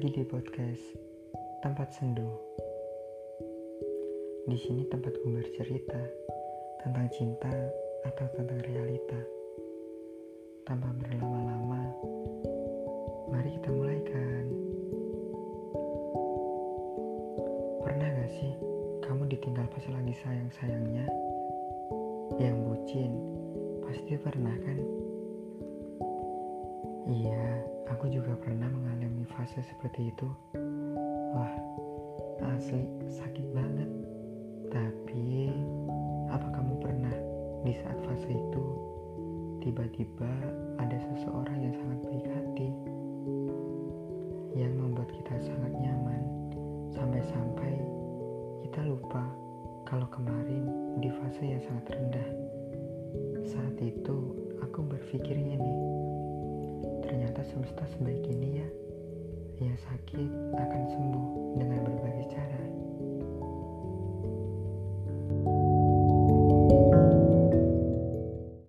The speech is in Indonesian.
lagi di podcast Tempat Sendu. Di sini tempatku bercerita tentang cinta atau tentang realita. Tanpa berlama-lama, mari kita mulaikan. Pernah gak sih kamu ditinggal pas lagi sayang-sayangnya? Yang bucin, pasti pernah kan? Iya, aku juga pernah mengalami fase seperti itu. Wah, asli sakit banget. Tapi, apa kamu pernah di saat fase itu tiba-tiba ada seseorang yang sangat baik hati, yang membuat kita sangat nyaman, sampai-sampai kita lupa kalau kemarin di fase yang sangat rendah. Saat itu, aku berpikir gini, ternyata semesta sebaik ini ya. Ya sakit,